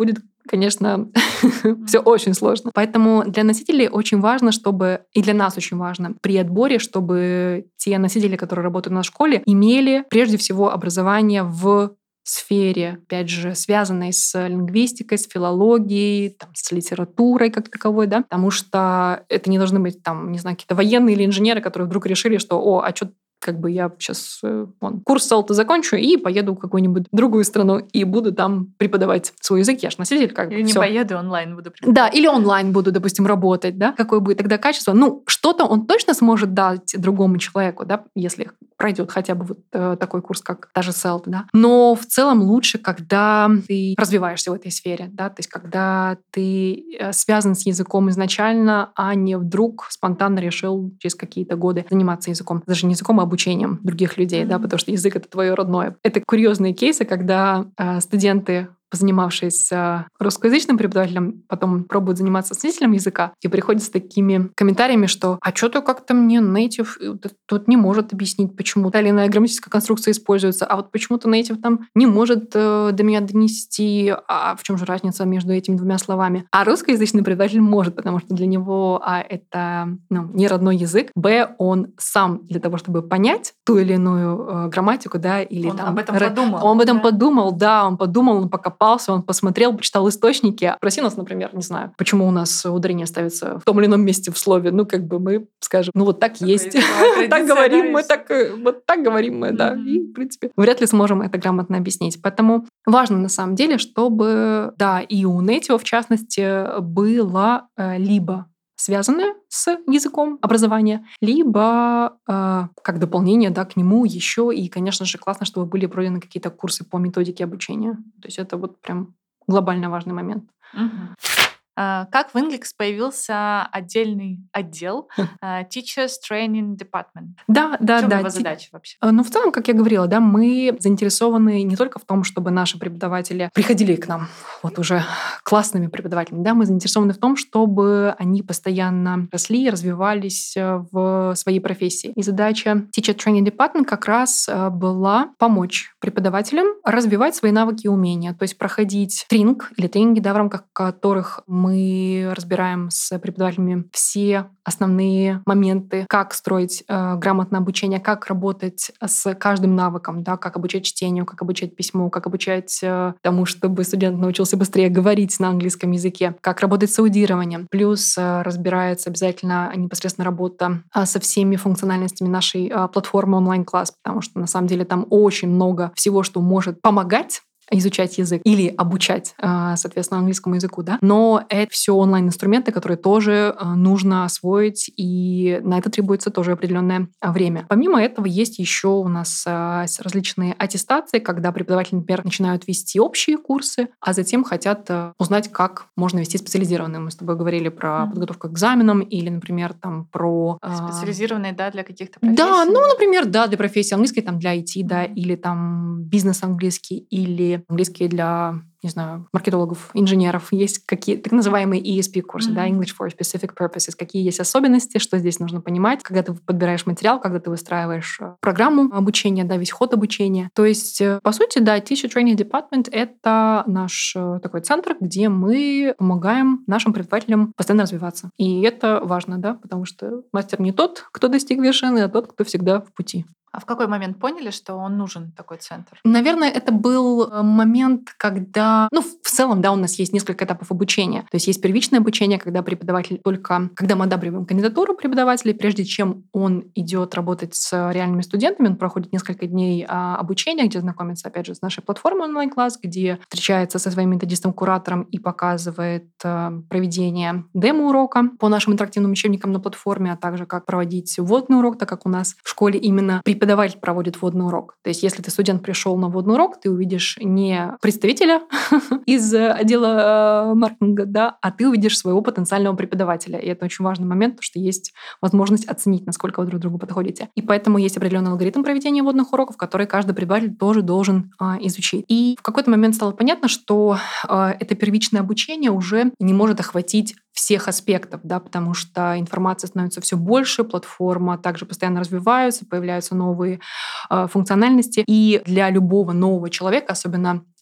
конечно, все очень сложно. Поэтому для носителей очень важно, чтобы, и для нас очень важно, при отборе, чтобы те носители, которые работают на школе, имели прежде всего образование в сфере, опять же, связанной с лингвистикой, с филологией, там, с литературой как таковой, да, потому что это не должны быть, там, не знаю, какие-то военные или инженеры, которые вдруг решили, что, о, а что как бы я сейчас вон, курс селта закончу и поеду в какую-нибудь другую страну и буду там преподавать свой язык. Я ж носитель как бы. Или не всё. поеду, онлайн буду преподавать. Да, или онлайн буду, допустим, работать, да. Какое будет тогда качество? Ну, что-то он точно сможет дать другому человеку, да, если пройдет хотя бы вот э, такой курс, как даже селта, да. Но в целом лучше, когда ты развиваешься в этой сфере, да, то есть когда ты э, связан с языком изначально, а не вдруг спонтанно решил через какие-то годы заниматься языком. Даже не языком, а обучением других людей, mm-hmm. да, потому что язык — это твое родное. Это курьезные кейсы, когда э, студенты, позанимавшись с русскоязычным преподавателем, потом пробуют заниматься с носителем языка и приходят с такими комментариями, что «а что-то как-то мне native тут не может объяснить, почему та или иная грамматическая конструкция используется, а вот почему-то native там не может э, до меня донести, а в чем же разница между этими двумя словами?» А русскоязычный преподаватель может, потому что для него а, это ну, не родной язык, б, он сам для того, чтобы понять ту или иную э, грамматику, да, или он там... об этом подумал. Он об этом да? подумал, да, он подумал, он покопался, он посмотрел, почитал источники. Спроси нас, например, не знаю, почему у нас ударение ставится в том или ином месте в слове. Ну, как бы мы скажем, ну, вот так Такая есть. языковая Так традиция, говорим да, и мы, всё. так э, вот так говорим мы, да. Мгм. И, в принципе, вряд ли сможем это грамотно объяснить. Поэтому важно, на самом деле, чтобы, да, и у нейтива, в частности, было э, либо связанное с языком образование, либо э, как дополнение, да, к нему еще. И, конечно же, классно, чтобы были пройдены какие-то курсы по методике обучения. То есть это вот прям глобально важный момент. Мгм. А, Как в Inglix появился отдельный отдел а, Teachers Training Department? Да, да, В чем да. его ти- задача вообще? Э, Ну, в целом, как я говорила, да, мы заинтересованы не только в том, чтобы наши преподаватели приходили к нам вот уже классными преподавателями, да, мы заинтересованы в том, чтобы они постоянно росли и развивались э, в своей профессии. И задача Teacher Training Department как раз э, была помочь преподавателям развивать свои навыки и умения, то есть проходить тренинг или тренинги, да, в рамках которых мы разбираем с преподавателями все основные моменты, как строить э, грамотное обучение, как работать с каждым навыком, да, как обучать чтению, как обучать письму, как обучать э, тому, чтобы студент научился быстрее говорить на английском языке, как работать с аудированием. Плюс э, разбирается обязательно непосредственно работа э, со всеми функциональностями нашей э, платформы онлайн-класс, потому что на самом деле там очень много всего, что может помогать изучать язык или обучать, э, соответственно, английскому языку, да. Но это все онлайн-инструменты, которые тоже э, нужно освоить, и на это требуется тоже определенное э, время. Помимо этого есть еще у нас э, с- различные аттестации, когда преподаватели, например, начинают вести общие курсы, а затем хотят э, узнать, как можно вести специализированные. Мы с тобой говорили про Мгм. подготовку к экзаменам или, например, там про э, Специализированные, да, для каких-то профессий? да, ну, например, да, для профессии английской, там, для ай ти, да, Мгм. или там бизнес-английский, или английский для, не знаю, маркетологов, инженеров. Есть какие так называемые и эс пи-курсы, да, Мгм. English for Specific Purposes. Какие есть особенности, что здесь нужно понимать, когда ты подбираешь материал, когда ты выстраиваешь э, программу обучения, да, весь ход обучения. То есть, э, по сути, да, Teacher Training Department — это наш э, такой центр, где мы помогаем нашим преподавателям постоянно развиваться. И это важно, да, потому что мастер не тот, кто достиг вершины, а тот, кто всегда в пути. А в какой момент поняли, что он нужен, такой центр? Наверное, это был э, момент, когда, ну, в целом, да, у нас есть несколько этапов обучения. То есть есть первичное обучение, когда преподаватель только, когда мы одабриваем кандидатуру преподавателя, прежде чем он идет работать с реальными студентами, он проходит несколько дней а, обучения, где знакомится, опять же, с нашей платформой онлайн-класс, где встречается со своим методистом-куратором и показывает э, проведение демо-урока по нашим интерактивным учебникам на платформе, а также как проводить вводный урок, так как у нас в школе именно преподаватель проводит вводный урок. То есть если ты, студент, пришел на вводный урок, ты увидишь не представителя из э, отдела э, маркетинга, да, а ты увидишь своего потенциального преподавателя. И это очень важный момент, потому что есть возможность оценить, насколько вы друг другу подходите. И поэтому есть определенный алгоритм проведения вводных уроков, который каждый преподаватель тоже должен а, изучить. И в какой-то момент стало понятно, что а, это первичное обучение уже не может охватить всех аспектов, да, потому что информация становится все больше, платформа также постоянно развивается, появляются новые э, функциональности. И для любого нового человека, особенно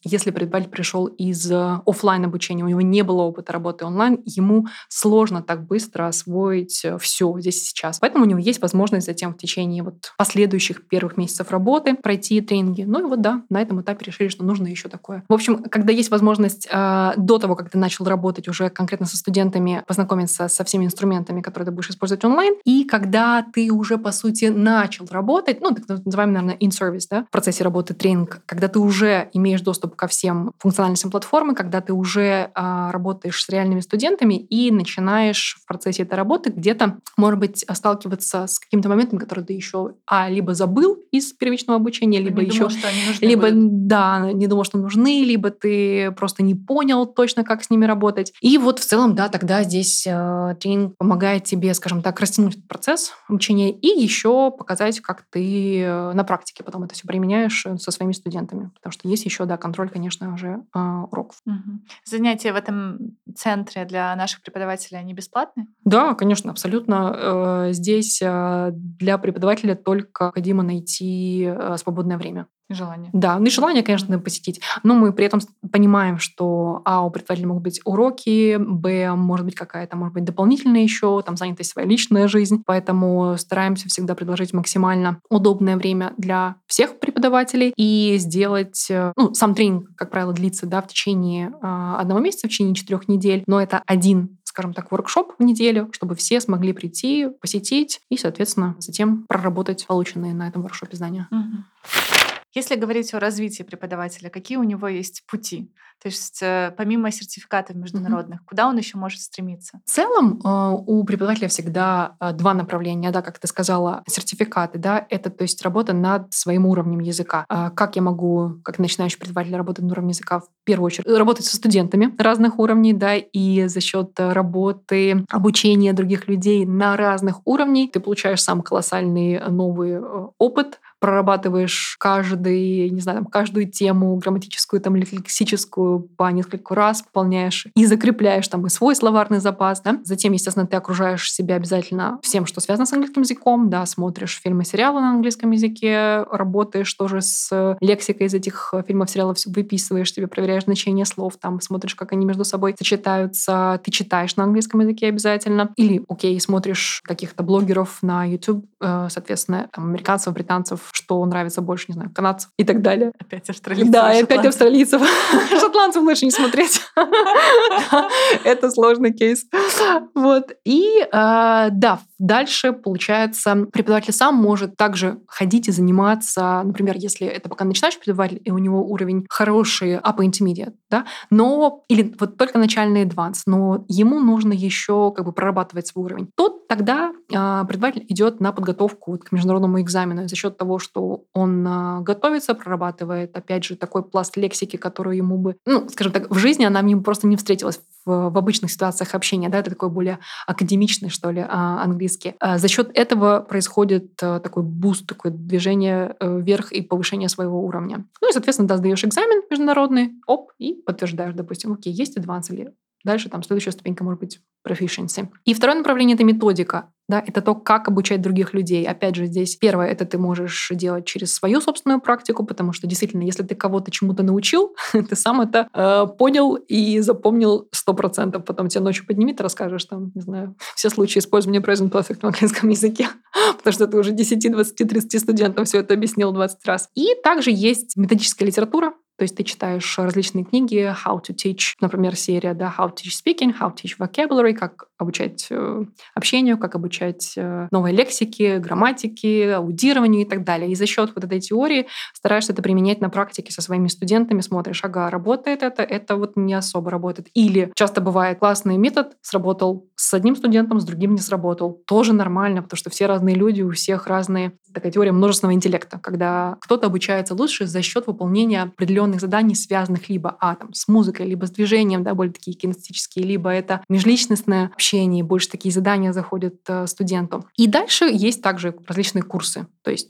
если преподаватель пришел из офлайн обучения, у него не было опыта работы онлайн, ему сложно так быстро освоить все здесь и сейчас. Поэтому у него есть возможность затем в течение вот последующих первых месяцев работы пройти тренинги. Ну и вот да, на этом этапе решили, что нужно еще такое. В общем, когда есть возможность э, до того, как ты начал работать уже конкретно со студентами, познакомиться со всеми инструментами, которые ты будешь использовать онлайн, и когда ты уже, по сути, начал работать, ну, так называемый, наверное, in-service, да, в процессе работы тренинг, когда ты уже имеешь доступ ко всем функциональностям платформы, когда ты уже э, работаешь с реальными студентами и начинаешь в процессе этой работы где-то, может быть, сталкиваться с какими-то моментами, которые ты еще а, либо забыл из первичного обучения, либо не еще... думал, что они нужны либо, будут. да, не думал, что нужны, либо ты просто не понял точно, как с ними работать. И вот в целом, да, тогда здесь э, тренинг помогает тебе, скажем так, растянуть этот процесс обучения и еще показать, как ты на практике потом это все применяешь со своими студентами. Потому что есть еще, да, контроль, конечно же, э, уроков. Угу. Занятия в этом центре для наших преподавателей, они бесплатные? Да, конечно, абсолютно. Здесь для преподавателя только необходимо найти свободное время. И желание. Да, ну и желание, конечно, посетить. Но мы при этом понимаем, что а, у преподавателя могут быть уроки, б, может быть какая-то, может быть, дополнительная еще, там занятость своя личная жизнь. Поэтому стараемся всегда предложить максимально удобное время для всех преподавателей и сделать... Ну, сам тренинг, как правило, длится, да, в течение а, одного месяца, в течение четырех недель, но это один, скажем так, воркшоп в неделю, чтобы все смогли прийти, посетить и, соответственно, затем проработать полученные на этом воркшопе знания. Угу. Если говорить о развитии преподавателя, какие у него есть пути? То есть помимо сертификатов международных, mm-hmm. куда он еще может стремиться? В целом у преподавателя всегда два направления, да, как ты сказала, сертификаты, да, это, то есть работа над своим уровнем языка. Как я могу, как начинающий преподаватель, работать над уровнем языка, в первую очередь работать со студентами разных уровней, да, и за счет работы, обучения других людей на разных уровнях ты получаешь сам колоссальный новый опыт, прорабатываешь каждый, не знаю, там, каждую тему грамматическую там, или лексическую по несколько раз, пополняешь и закрепляешь там и свой словарный запас. Да? Затем, естественно, ты окружаешь себя обязательно всем, что связано с английским языком, да, смотришь фильмы, сериалы на английском языке, работаешь тоже с лексикой из этих фильмов, сериалов, выписываешь себе, проверяешь значение слов, там, смотришь, как они между собой сочетаются, ты читаешь на английском языке обязательно. Или, окей, смотришь каких-то блогеров на YouTube, соответственно, там, американцев, британцев, что нравится больше, не знаю, канадцев и так далее. Опять австралийцев. Да, и опять австралийцев. Шотландцев лучше не смотреть. Это сложный кейс. Вот. И да, дальше, получается, преподаватель сам может также ходить и заниматься, например, если это пока начинающий преподаватель, и у него уровень хороший, upper intermediate, да, но, или вот только начальный advanced, но ему нужно еще как бы прорабатывать свой уровень, то тогда преподаватель идет на подготовку к международному экзамену за счет того, что он готовится, прорабатывает, опять же, такой пласт лексики, который ему бы, ну, скажем так, в жизни она ему просто не встретилась в, в обычных ситуациях общения, да, это такой более академичный, что ли, английский. За счет этого происходит такой буст, такое движение вверх и повышение своего уровня. Ну и, соответственно, да, сдаешь экзамен международный, оп, и подтверждаешь, допустим, окей, есть advance или дальше там следующая ступенька может быть proficiency. И второе направление — это методика. Да, это то, как обучать других людей. Опять же, здесь первое — это ты можешь делать через свою собственную практику, потому что действительно, если ты кого-то чему-то научил, ты сам это э, понял и запомнил сто процентов. Потом тебя ночью поднимет и расскажешь там, не знаю, все случаи использования present perfect в английском языке, потому что ты уже десять, двадцать, тридцать студентам все это объяснил двадцать раз. И также есть методическая литература. То есть ты читаешь различные книги, how to teach, например, серия, да, how to teach speaking, how to teach vocabulary, как обучать э, общению, как обучать э, новой лексике, грамматике, аудированию и так далее. И за счет вот этой теории стараешься это применять на практике со своими студентами, смотришь, ага, работает это, это вот не особо работает. Или часто бывает, классный метод сработал с одним студентом, с другим не сработал. Тоже нормально, потому что все разные люди, у всех разные, такая теория множественного интеллекта, когда кто-то обучается лучше за счет выполнения определенных заданий, связанных либо а, там, с музыкой, либо с движением, да, более такие кинестетические, либо это межличностное общение, больше такие задания заходят э, студенту. И дальше есть также различные курсы. То есть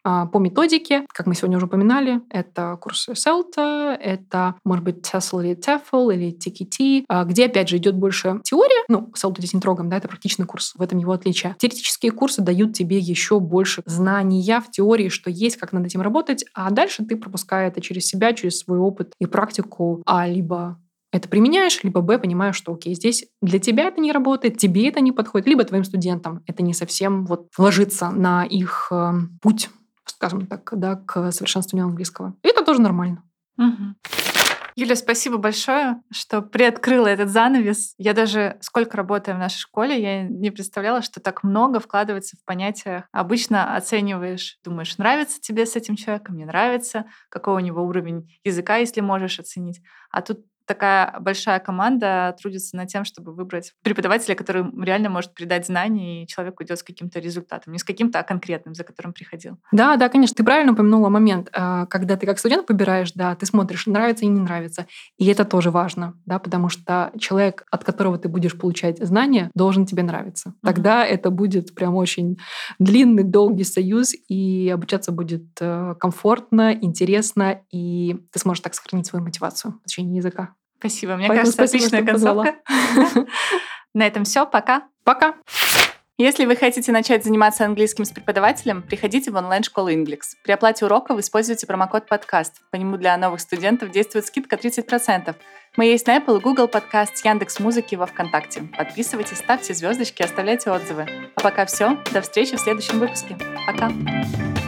по методике, как мы сегодня уже упоминали, это курсы селта, это, может быть, TESOL или TEFL или ти кей ти, где, опять же, идет больше теория. Ну, селту здесь не трогаем, да, это практичный курс, в этом его отличие. Теоретические курсы дают тебе еще больше знания в теории, что есть, как над этим работать, а дальше ты пропуская это через себя, через свой опыт и практику, а либо это применяешь, либо б, понимаешь, что окей, здесь для тебя это не работает, тебе это не подходит, либо твоим студентам это не совсем вот ложится на их э, путь, скажем так, да, к совершенствованию английского. И это тоже нормально. Угу. Юля, спасибо большое, что приоткрыла этот занавес. Я даже, сколько работаю в нашей школе, я не представляла, что так много вкладывается в понятия. Обычно оцениваешь, думаешь, нравится тебе с этим человеком, не нравится, какой у него уровень языка, если можешь оценить. А тут такая большая команда трудится над тем, чтобы выбрать преподавателя, который реально может передать знания, и человек уйдет с каким-то результатом. Не с каким-то, а конкретным, за которым приходил. Да, да, конечно. Ты правильно упомянула момент, когда ты как студент выбираешь, да, ты смотришь, нравится или не нравится. И это тоже важно, да, потому что человек, от которого ты будешь получать знания, должен тебе нравиться. Тогда mm-hmm. это будет прям очень длинный, долгий союз, и обучаться будет комфортно, интересно, и ты сможешь так сохранить свою мотивацию в изучении языка. Спасибо. Мне Поэтому кажется, спасибо, отличная концовка. На этом все. Пока. Пока. Если вы хотите начать заниматься английским с преподавателем, приходите в онлайн-школу Inglix. При оплате урока вы используете промокод «Подкаст». По нему для новых студентов действует скидка тридцать процентов. Мы есть на Apple, Google Podcast, Яндекс.Музыке и во Вконтакте. Подписывайтесь, ставьте звездочки, оставляйте отзывы. А пока все. До встречи в следующем выпуске. Пока.